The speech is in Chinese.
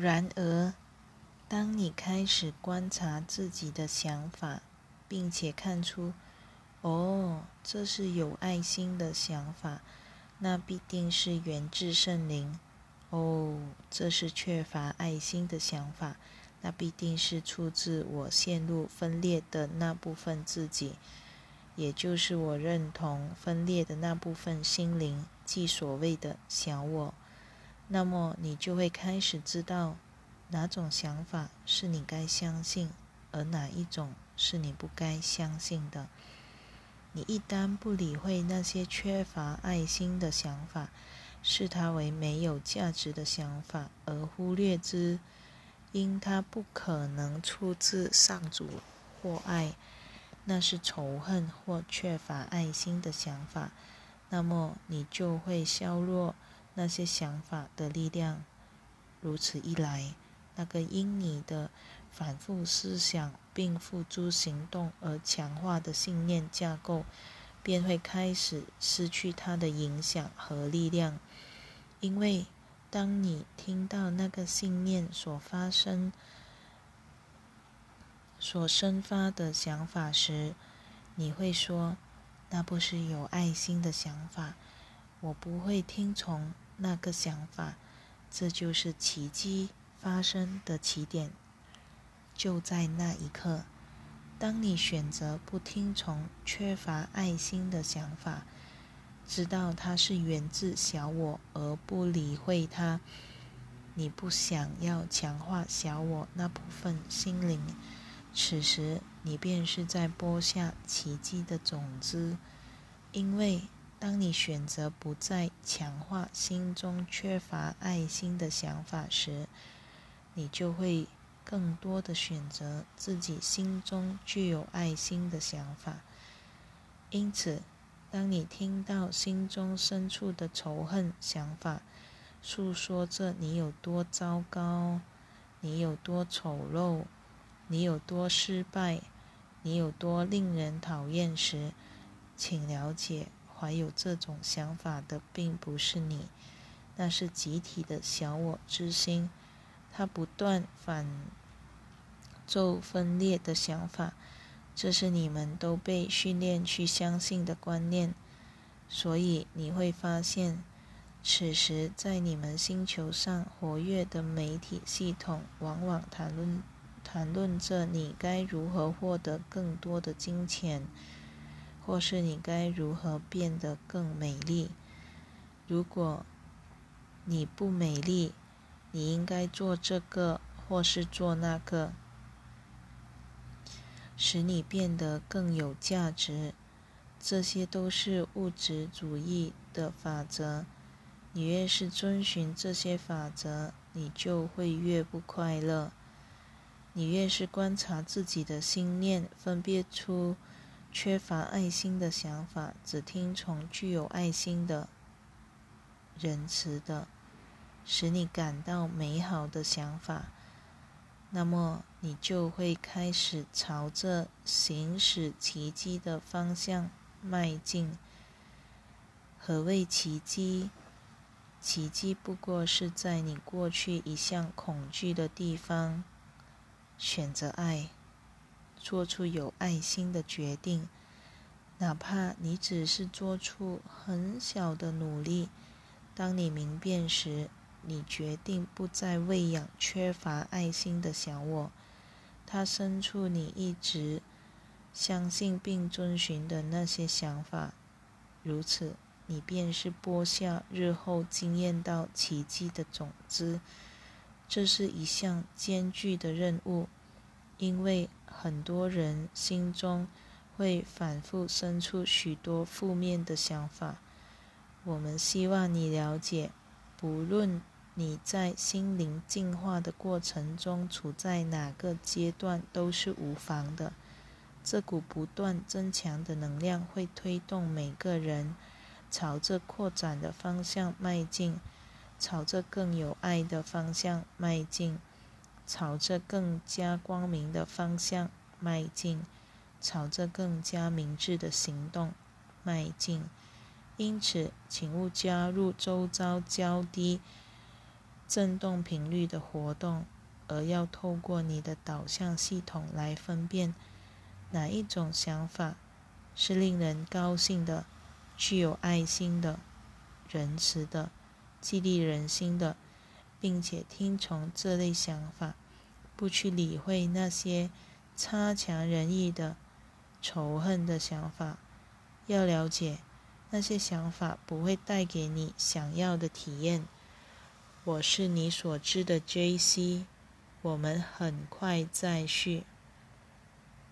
然而，当你开始观察自己的想法，并且看出，这是有爱心的想法，那必定是源自圣灵。这是缺乏爱心的想法，那必定是出自我陷入分裂的那部分自己，也就是我认同分裂的那部分心灵，即所谓的小我。那么你就会开始知道哪种想法是你该相信，而哪一种是你不该相信的。你一旦不理会那些缺乏爱心的想法，视它为没有价值的想法，而忽略之，因它不可能出自上主或爱，那是仇恨或缺乏爱心的想法，那么你就会削弱那些想法的力量。如此一来，那个因你的反复思想并付诸行动而强化的信念架构，便会开始失去它的影响和力量。因为当你听到那个信念所生发的想法时，你会说，那不是有爱心的想法，我不会听从那个想法。这就是奇迹发生的起点。就在那一刻，当你选择不听从缺乏爱心的想法，知道它是源自小我而不理会它，你不想要强化小我那部分心灵，此时你便是在播下奇迹的种子。因为当你选择不再强化心中缺乏爱心的想法时，你就会更多的选择自己心中具有爱心的想法。因此，当你听到心中深处的仇恨想法诉说着你有多糟糕，你有多丑陋，你有多失败，你有多令人讨厌时，请了解，怀有这种想法的并不是你，那是集体的小我之心，它不断反奏分裂的想法，这是你们都被训练去相信的观念。所以你会发现，此时在你们星球上活跃的媒体系统往往谈论着你该如何获得更多的金钱，或是你该如何变得更美丽。如果你不美丽，你应该做这个或是做那个，使你变得更有价值。这些都是物质主义的法则。你越是遵循这些法则，你就会越不快乐。你越是观察自己的心念，分辨出缺乏爱心的想法，只听从具有爱心的、仁慈的、使你感到美好的想法，那么你就会开始朝着行使奇迹的方向迈进。何谓奇迹？奇迹不过是在你过去一向恐惧的地方选择爱，做出有爱心的决定，哪怕你只是做出很小的努力。当你明辨时，你决定不再喂养缺乏爱心的小我，它深处你一直相信并遵循的那些想法。如此，你便是播下日后惊艳到奇迹的种子。这是一项艰巨的任务，因为很多人心中会反复生出许多负面的想法。我们希望你了解，不论你在心灵进化的过程中处在哪个阶段都是无妨的。这股不断增强的能量会推动每个人朝着扩展的方向迈进，朝着更有爱的方向迈进，朝着更加光明的方向迈进，朝着更加明智的行动迈进。因此，请勿加入周遭较低振动频率的活动，而要透过你的导向系统来分辨哪一种想法是令人高兴的、具有爱心的、仁慈的、激励人心的，并且听从这类想法，不去理会那些差强人意的仇恨的想法。要了解，那些想法不会带给你想要的体验。我是你所知的 JC， 我们很快再续。